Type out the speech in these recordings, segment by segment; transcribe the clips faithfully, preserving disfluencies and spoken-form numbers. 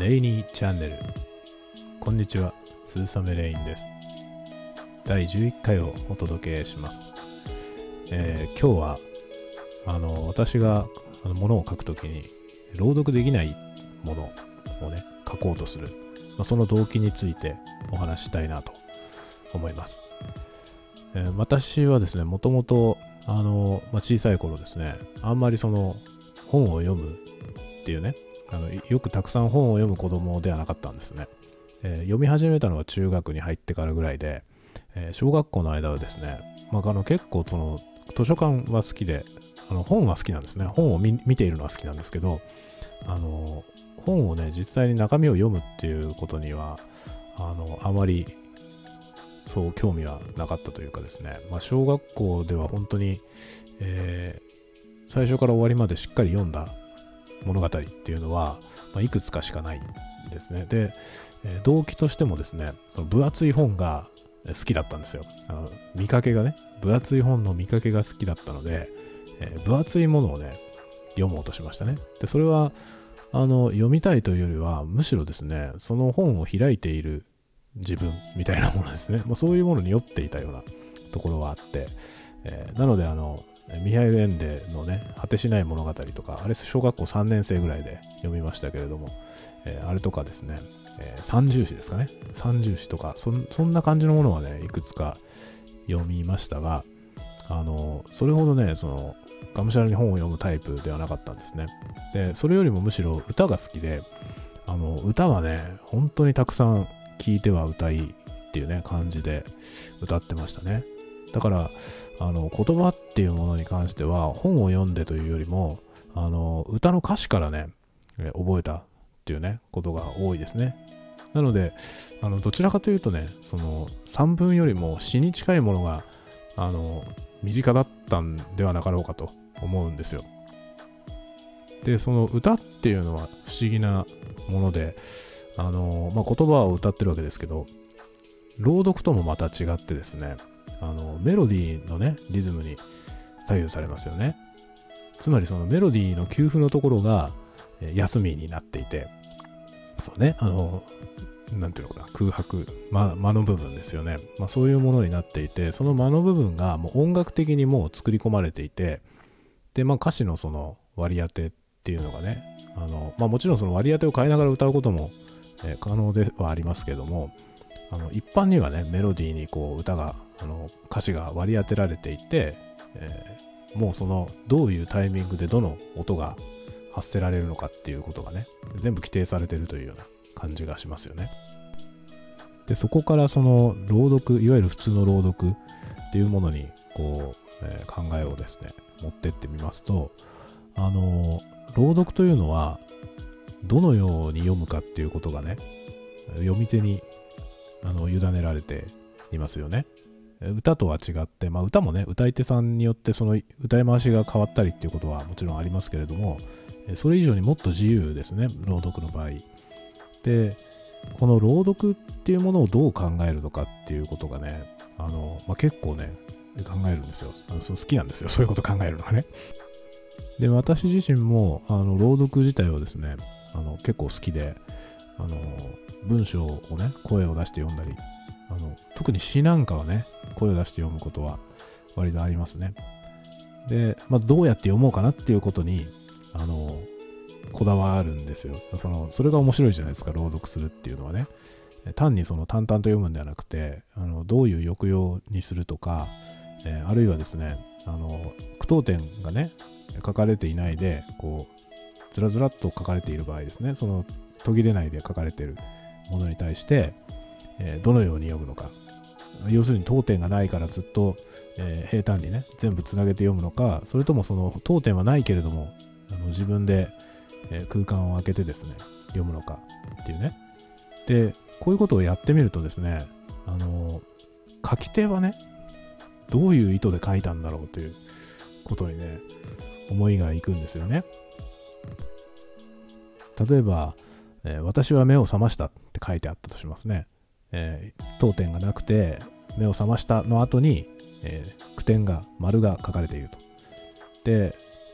レイニーチャンネル。こんにちは、鈴雨レインです。だいじゅういっかいをお届けします。えー、今日はあの私があのものを書くときに朗読できないものをね書こうとする、まあ、その動機についてお話ししたいなと思います。えー、私はですね、もともとあの、まあ、小さい頃ですね、あんまりその本を読むっていうね、あのよくたくさん本を読む子供ではなかったんですね。えー、読み始めたのは中学に入ってからぐらいで、えー、小学校の間はですね、まあ、あの結構その図書館は好きで、あの本は好きなんですね。本を 見, 見ているのは好きなんですけど、あの本をね実際に中身を読むっていうことにはあのあまりそう興味はなかったというかですね、まあ、小学校では本当に、えー、最初から終わりまでしっかり読んだ物語っていうのは、まあ、いくつかしかないんですね。で、えー、動機としてもですね、その分厚い本が好きだったんですよ。あの見かけがね、分厚い本の見かけが好きだったので、えー、分厚いものをね読もうとしましたね。で、それはあの読みたいというよりは、むしろですね、その本を開いている自分みたいなものですね。もうそういうものに酔っていたようなところはあって、えー、なのであのミハイル・エンデのね、果てしない物語とか、あれ小学校さんねん生ぐらいで読みましたけれども、えー、あれとかですね、えー、三重詩ですかね、三重詩とかそ、そんな感じのものはね、いくつか読みましたが、あのそれほどね、そのがむしゃらに本を読むタイプではなかったんですね。で、それよりもむしろ歌が好きで、あの歌はね、本当にたくさん聴いては歌いっていうね感じで歌ってましたね。だからあの言葉っていうものに関しては本を読んでというよりも、あの歌の歌詞からね、え覚えたっていうねことが多いですね。なのであのどちらかというとね、その散文よりも詩に近いものがあの身近だったんではなかろうかと思うんですよ。で、その歌っていうのは不思議なもので、あの、まあ、言葉を歌ってるわけですけど、朗読ともまた違ってですね、あのメロディーのねリズムに左右されますよね。つまりそのメロディーの休符のところが休みになっていて、そうね、あのなんていうのかな、空白、間、間の部分ですよね。まあ、そういうものになっていて、その間の部分がもう音楽的にもう作り込まれていて、で、まあ、歌詞のその割り当てっていうのがね、あの、まあ、もちろんその割り当てを変えながら歌うことも、えー、可能ではありますけども、あの一般にはね、メロディーにこう歌が、あの歌詞が割り当てられていて、えー、もうそのどういうタイミングでどの音が発せられるのかっていうことがね、全部規定されているというような感じがしますよね。で、そこからその朗読、いわゆる普通の朗読っていうものにこう、えー、考えをですね持ってってみますと、あの朗読というのはどのように読むかっていうことがね、読み手にあの委ねられていますよね。歌とは違って、まあ、歌もね、歌い手さんによってその歌い回しが変わったりっていうことはもちろんありますけれども、それ以上にもっと自由ですね、朗読の場合で。この朗読っていうものをどう考えるのかっていうことがね、あの、まあ、結構ね考えるんですよ。あのそう好きなんですよ、そういうこと考えるのがね。で、私自身もあの朗読自体はですね、あの結構好きで、あの文章をね声を出して読んだり、あの特に詩なんかはね声を出して読むことは割とありますね。で、まあ、どうやって読もうかなっていうことにあのこだわるんですよ。そのそれが面白いじゃないですか、朗読するっていうのはね。単にその淡々と読むんではなくて、あのどういう抑揚にするとか、えー、あるいはですね、あの句読点がね書かれていないで、こうずらずらっと書かれている場合ですね、その途切れないで書かれているものに対して、えー、どのように読むのか、要するに読点がないからずっと、えー、平坦にね全部つなげて読むのか、それともその読点はないけれどもあの自分で、えー、空間を空けてですね読むのかっていうね。で、こういうことをやってみるとですね、あのー、書き手はねどういう意図で書いたんだろうということにね思いがいくんですよね。例えば、えー、私は目を覚ましたって書いてあったとしますね。えー、読点がなくて目を覚ましたの後に、えー、句点が丸が書かれていると。で、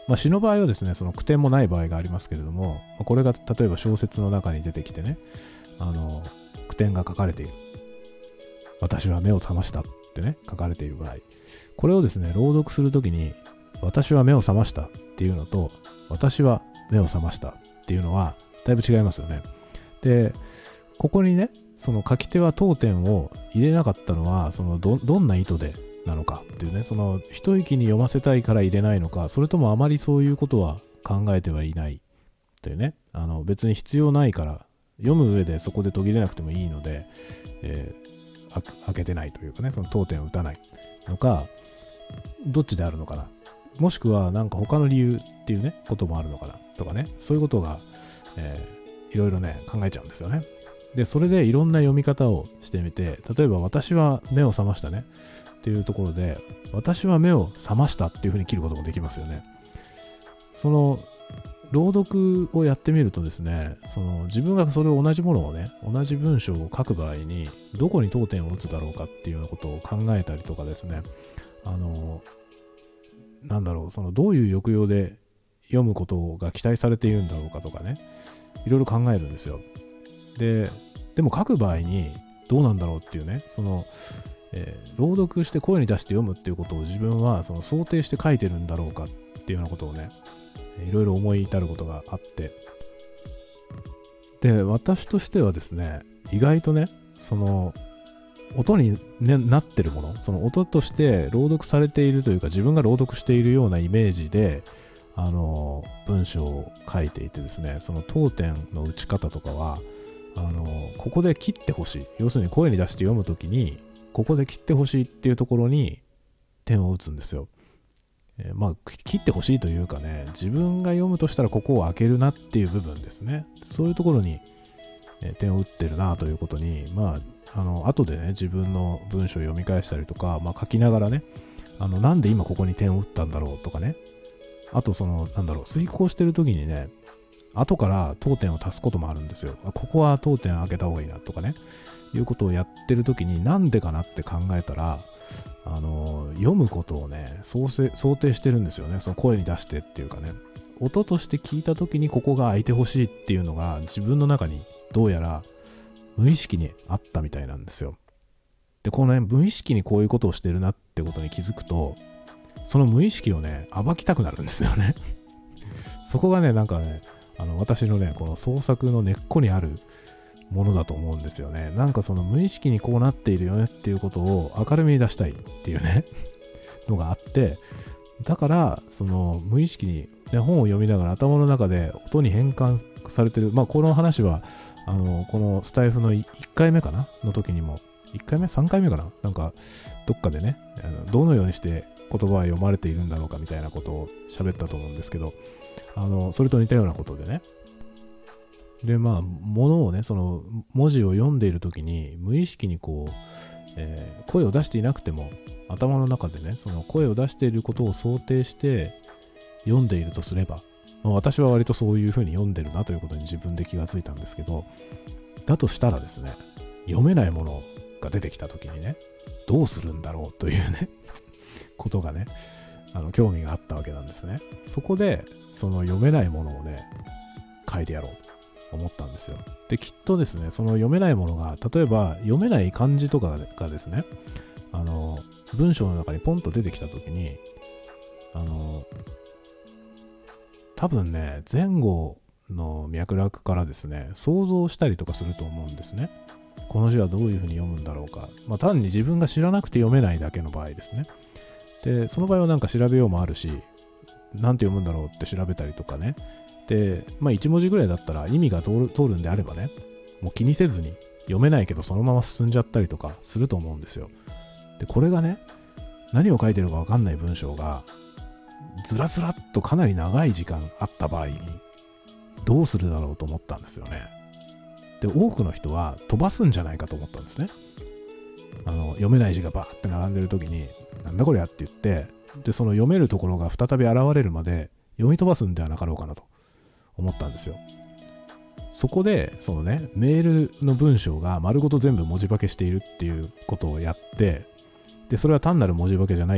まあ、詩の場合はですね、その句点もない場合がありますけれども、これが例えば小説の中に出てきてね、あの句点が書かれている。私は目を覚ましたってね、書かれている場合、これをですね、朗読するときに、私は目を覚ましたっていうのと、私は目を覚ましたっていうのは、だいぶ違いますよね。で、ここにね、その書き手は当点を入れなかったのは、その ど, どんな意図でなのかっていうね、その一息に読ませたいから入れないのか、それともあまりそういうことは考えてはいないというね、あの別に必要ないから読む上でそこで途切れなくてもいいので、えー、開けてないというかね、その当点を打たないのか、どっちであるのかな、もしくはなんか他の理由っていうねこともあるのかなとかね、そういうことが、えー、いろいろね考えちゃうんですよね。でそれでいろんな読み方をしてみて、例えば私は目を覚ましたねっていうところで、私は目を覚ましたっていう風に切ることもできますよね。その朗読をやってみるとですね、その自分がそれを同じものをね、同じ文章を書く場合にどこに当点を打つだろうかっていうようなことを考えたりとかですね、あのなんだろう、そのどういう抑揚で読むことが期待されているんだろうかとかね、いろいろ考えるんですよ。で、でも書く場合にどうなんだろうっていうね、そのえー、朗読して声に出して読むっていうことを自分はその想定して書いてるんだろうかっていうようなことをね、いろいろ思い至ることがあって、で私としてはですね、意外とね、その音に、ね、なってるもの、その音として朗読されているというか、自分が朗読しているようなイメージであの文章を書いていてですね、その当点の打ち方とかはあのここで切ってほしい、要するに声に出して読むときにここで切ってほしいっていうところに点を打つんですよ。えー、まあ切ってほしいというかね、自分が読むとしたらここを開けるなっていう部分ですね。そういうところに、えー、点を打ってるなということに、まああの後でね、自分の文章を読み返したりとか、まあ書きながらね、あのなんで今ここに点を打ったんだろうとかね、あとそのなんだろう、遂行してる時にね、後から当点を足すこともあるんですよ。ここは当点開けた方がいいなとかね、いうことをやってる時になんでかなって考えたら、あの読むことをね想定、想定してるんですよね。その声に出してっていうかね、音として聞いた時にここが開いてほしいっていうのが自分の中にどうやら無意識にあったみたいなんですよ。でこのね、無意識にこういうことをしてるなってことに気づくと、その無意識をね暴きたくなるんですよね。そこがね、なんかね、あの私のねこの創作の根っこにあるものだと思うんですよね。なんかその無意識にこうなっているよねっていうことを明るみに出したいっていうねのがあって、だからその無意識に、ね、本を読みながら頭の中で音に変換されてる、まあこの話はあのこのスタイフのいっかいめかなの時にも、いっかいめ ?さん 回目かな、なんかどっかでね、あのどのようにして言葉は読まれているんだろうかみたいなことを喋ったと思うんですけど、あのそれと似たようなことでね、でまあ物をね、その文字を読んでいるときに無意識にこう、えー、声を出していなくても頭の中でね、その声を出していることを想定して読んでいるとすれば、まあ、私は割とそういう風に読んでるなということに自分で気がついたんですけど、だとしたらですね、読めないものが出てきたときにね、どうするんだろうというねことがね、あの興味があったわけなんですね。そこでその読めないものをね書いてやろうと思ったんですよ。できっとですね、その読めないものが、例えば読めない漢字とかがですね、あの文章の中にポンと出てきたときに、あの多分ね、前後の脈絡からですね想像したりとかすると思うんですね。この字はどういうふうに読むんだろうか、まあ単に自分が知らなくて読めないだけの場合ですね。でその場合はなんか調べようもあるし、なんて読むんだろうって調べたりとかね。でまあいち文字ぐらいだったら意味が通る、通るんであればね、もう気にせずに読めないけどそのまま進んじゃったりとかすると思うんですよ。でこれがね、何を書いてるか分かんない文章がずらずらっとかなり長い時間あった場合にどうするだろうと思ったんですよね。で多くの人は飛ばすんじゃないかと思ったんですね。あの読めない字がバーって並んでる時に、なんだこりゃって言って、でその読めるところが再び現れるまで読み飛ばすんではなかろうかなと思ったんですよ。そこでそのね、メールの文章が丸ごと全部文字化けしているっていうことをやって、でそれは単なる文字化けじゃないっ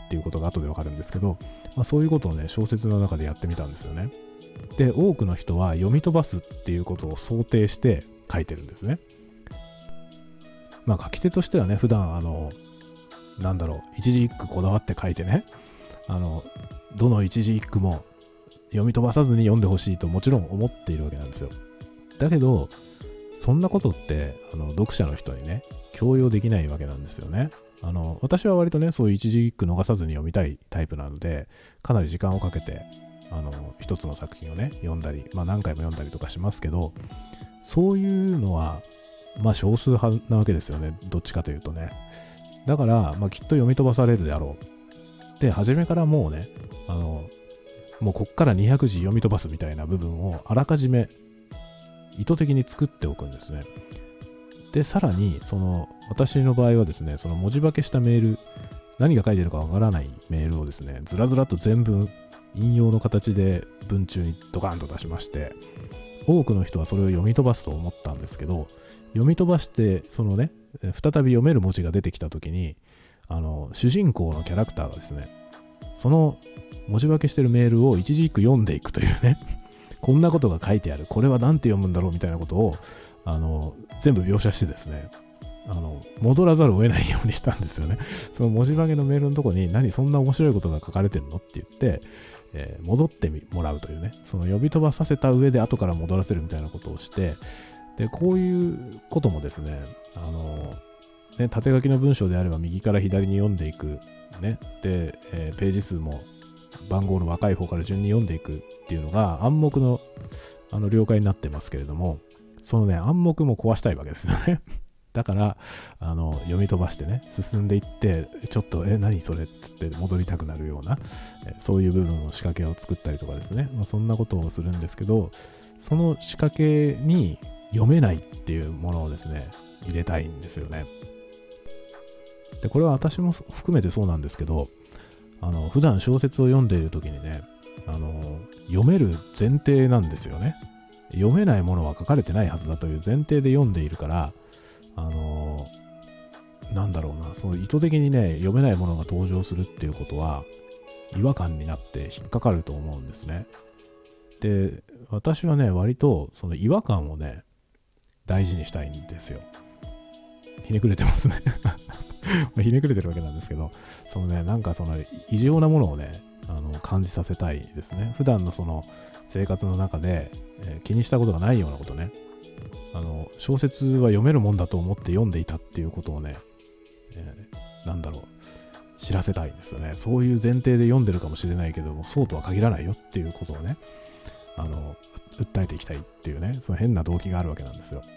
っていうことが後でわかるんですけど、まあ、そういうことをね小説の中でやってみたんですよね。で多くの人は読み飛ばすっていうことを想定して書いてるんですね。まあ書き手としてはね普段あのなんだろう一字一句こだわって書いてね、あのどの一字一句も読み飛ばさずに読んでほしいともちろん思っているわけなんですよ。だけどそんなことってあの読者の人にね強要できないわけなんですよね。あの私は割とねそういう一字一句逃さずに読みたいタイプなので、かなり時間をかけてあの一つの作品をね読んだり、まあ何回も読んだりとかしますけど、そういうのはまあ少数派なわけですよね、どっちかというとね。だから、まあ、きっと読み飛ばされるであろう。で初めからもうねあのもうこっからにひゃくじ読み飛ばすみたいな部分をあらかじめ意図的に作っておくんですね。でさらにその私の場合はですね、その文字化けしたメール、何が書いてるかわからないメールをですねずらずらと全部引用の形で文中にドカンと出しまして、多くの人はそれを読み飛ばすと思ったんですけど、読み飛ばしてそのね再び読める文字が出てきた時に、あの主人公のキャラクターがですねその文字化けしてるメールを一字一句読んでいくというねこんなことが書いてある、これは何て読むんだろうみたいなことをあの全部描写してですね、あの戻らざるを得ないようにしたんですよね。その文字化けのメールのとこに何そんな面白いことが書かれてるのって言って、えー、戻ってもらうというね、その読み飛ばさせた上で後から戻らせるみたいなことをして、でこういうこともですね、あのね縦書きの文章であれば右から左に読んでいくね、で、えー、ページ数も番号の若い方から順に読んでいくっていうのが暗黙のあの了解になってますけれども、そのね暗黙も壊したいわけですよね。だからあの読み飛ばしてね進んでいって、ちょっとえ何それっつって戻りたくなるような、えそういう部分の仕掛けを作ったりとかですね、まあ、そんなことをするんですけど、その仕掛けに読めないっていうものをですね入れたいんですよね。でこれは私も含めてそうなんですけど、あの普段小説を読んでいる時にね、あの読める前提なんですよね。読めないものは書かれてないはずだという前提で読んでいるから、あのなんだろうな、その意図的にね読めないものが登場するっていうことは違和感になって引っかかると思うんですね。で私はね割とその違和感をね大事にしたいんですよ。ひねくれてますねひねくれてるわけなんですけど、そのねなんかその異常なものをねあの感じさせたいですね。普段のその生活の中で、えー、気にしたことがないようなことね、あの小説は読めるもんだと思って読んでいたっていうことをね、えー、なんだろう知らせたいんですよね。そういう前提で読んでるかもしれないけども、そうとは限らないよっていうことをね、あの訴えていきたいっていうね、その変な動機があるわけなんですよ。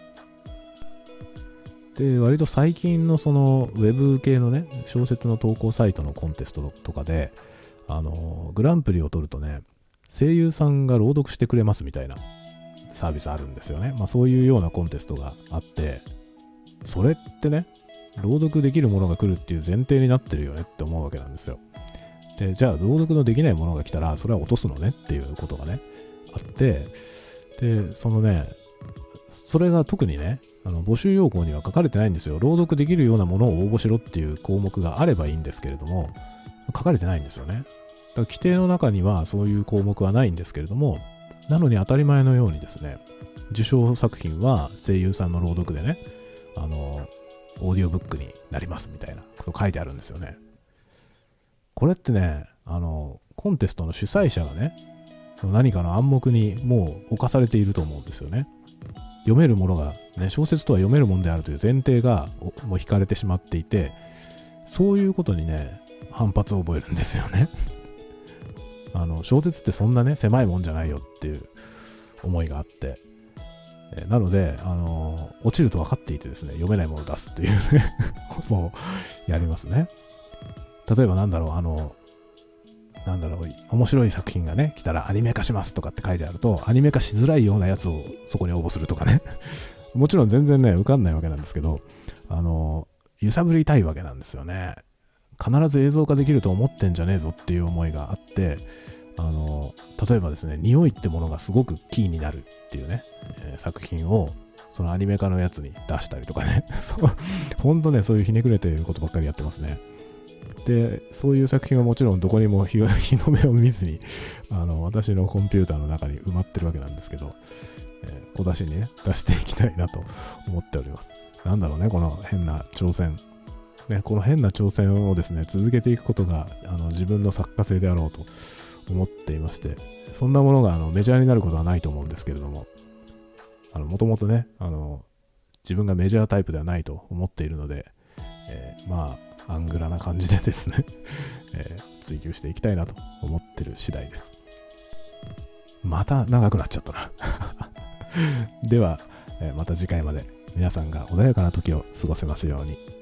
で割と最近のそのウェブ系のね小説の投稿サイトのコンテストとかで、あのグランプリを取るとね声優さんが朗読してくれますみたいなサービスあるんですよね。まあそういうようなコンテストがあって、それってね朗読できるものが来るっていう前提になってるよねって思うわけなんですよ。でじゃあ朗読のできないものが来たらそれは落とすのねっていうことがねあって、でそのねそれが特にねあの募集要項には書かれてないんですよ。朗読できるようなものを応募しろっていう項目があればいいんですけれども、書かれてないんですよね。だから規定の中にはそういう項目はないんですけれども、なのに当たり前のようにですね受賞作品は声優さんの朗読でねあのオーディオブックになりますみたいなこと書いてあるんですよね。これってねあのコンテストの主催者がねその何かの暗黙にもう侵されていると思うんですよね。読めるものが、ね、小説とは読めるものであるという前提がもう引かれてしまっていて、そういうことにね反発を覚えるんですよね。あの小説ってそんなね狭いもんじゃないよっていう思いがあって、えなのであの落ちると分かっていてですね読めないものを出すっていうねことをやりますね。例えばなんだろうあのなんだろう面白い作品がね来たらアニメ化しますとかって書いてあると、アニメ化しづらいようなやつをそこに応募するとかねもちろん全然ね受かんないわけなんですけど、あの揺さぶりたいわけなんですよね。必ず映像化できると思ってんじゃねえぞっていう思いがあって、あの例えばですね匂いってものがすごくキーになるっていうね、えー、作品をそのアニメ化のやつに出したりとかねほんとねそういうひねくれていることばっかりやってますね。 でそういう作品はもちろんどこにも日日の目を見ずにあの私のコンピューターの中に埋まってるわけなんですけど、えー、小出しにね出していきたいなと思っております。なんだろうね、この変な挑戦ね、この変な挑戦をですね続けていくことがあの自分の作家性であろうと思っていまして、そんなものがあのメジャーになることはないと思うんですけれども、あのもともとねあの自分がメジャータイプではないと思っているので、えー、まあアングラな感じでですね、えー、追求していきたいなと思ってる次第です。また長くなっちゃったなでは、えー、また次回まで皆さんが穏やかな時を過ごせますように。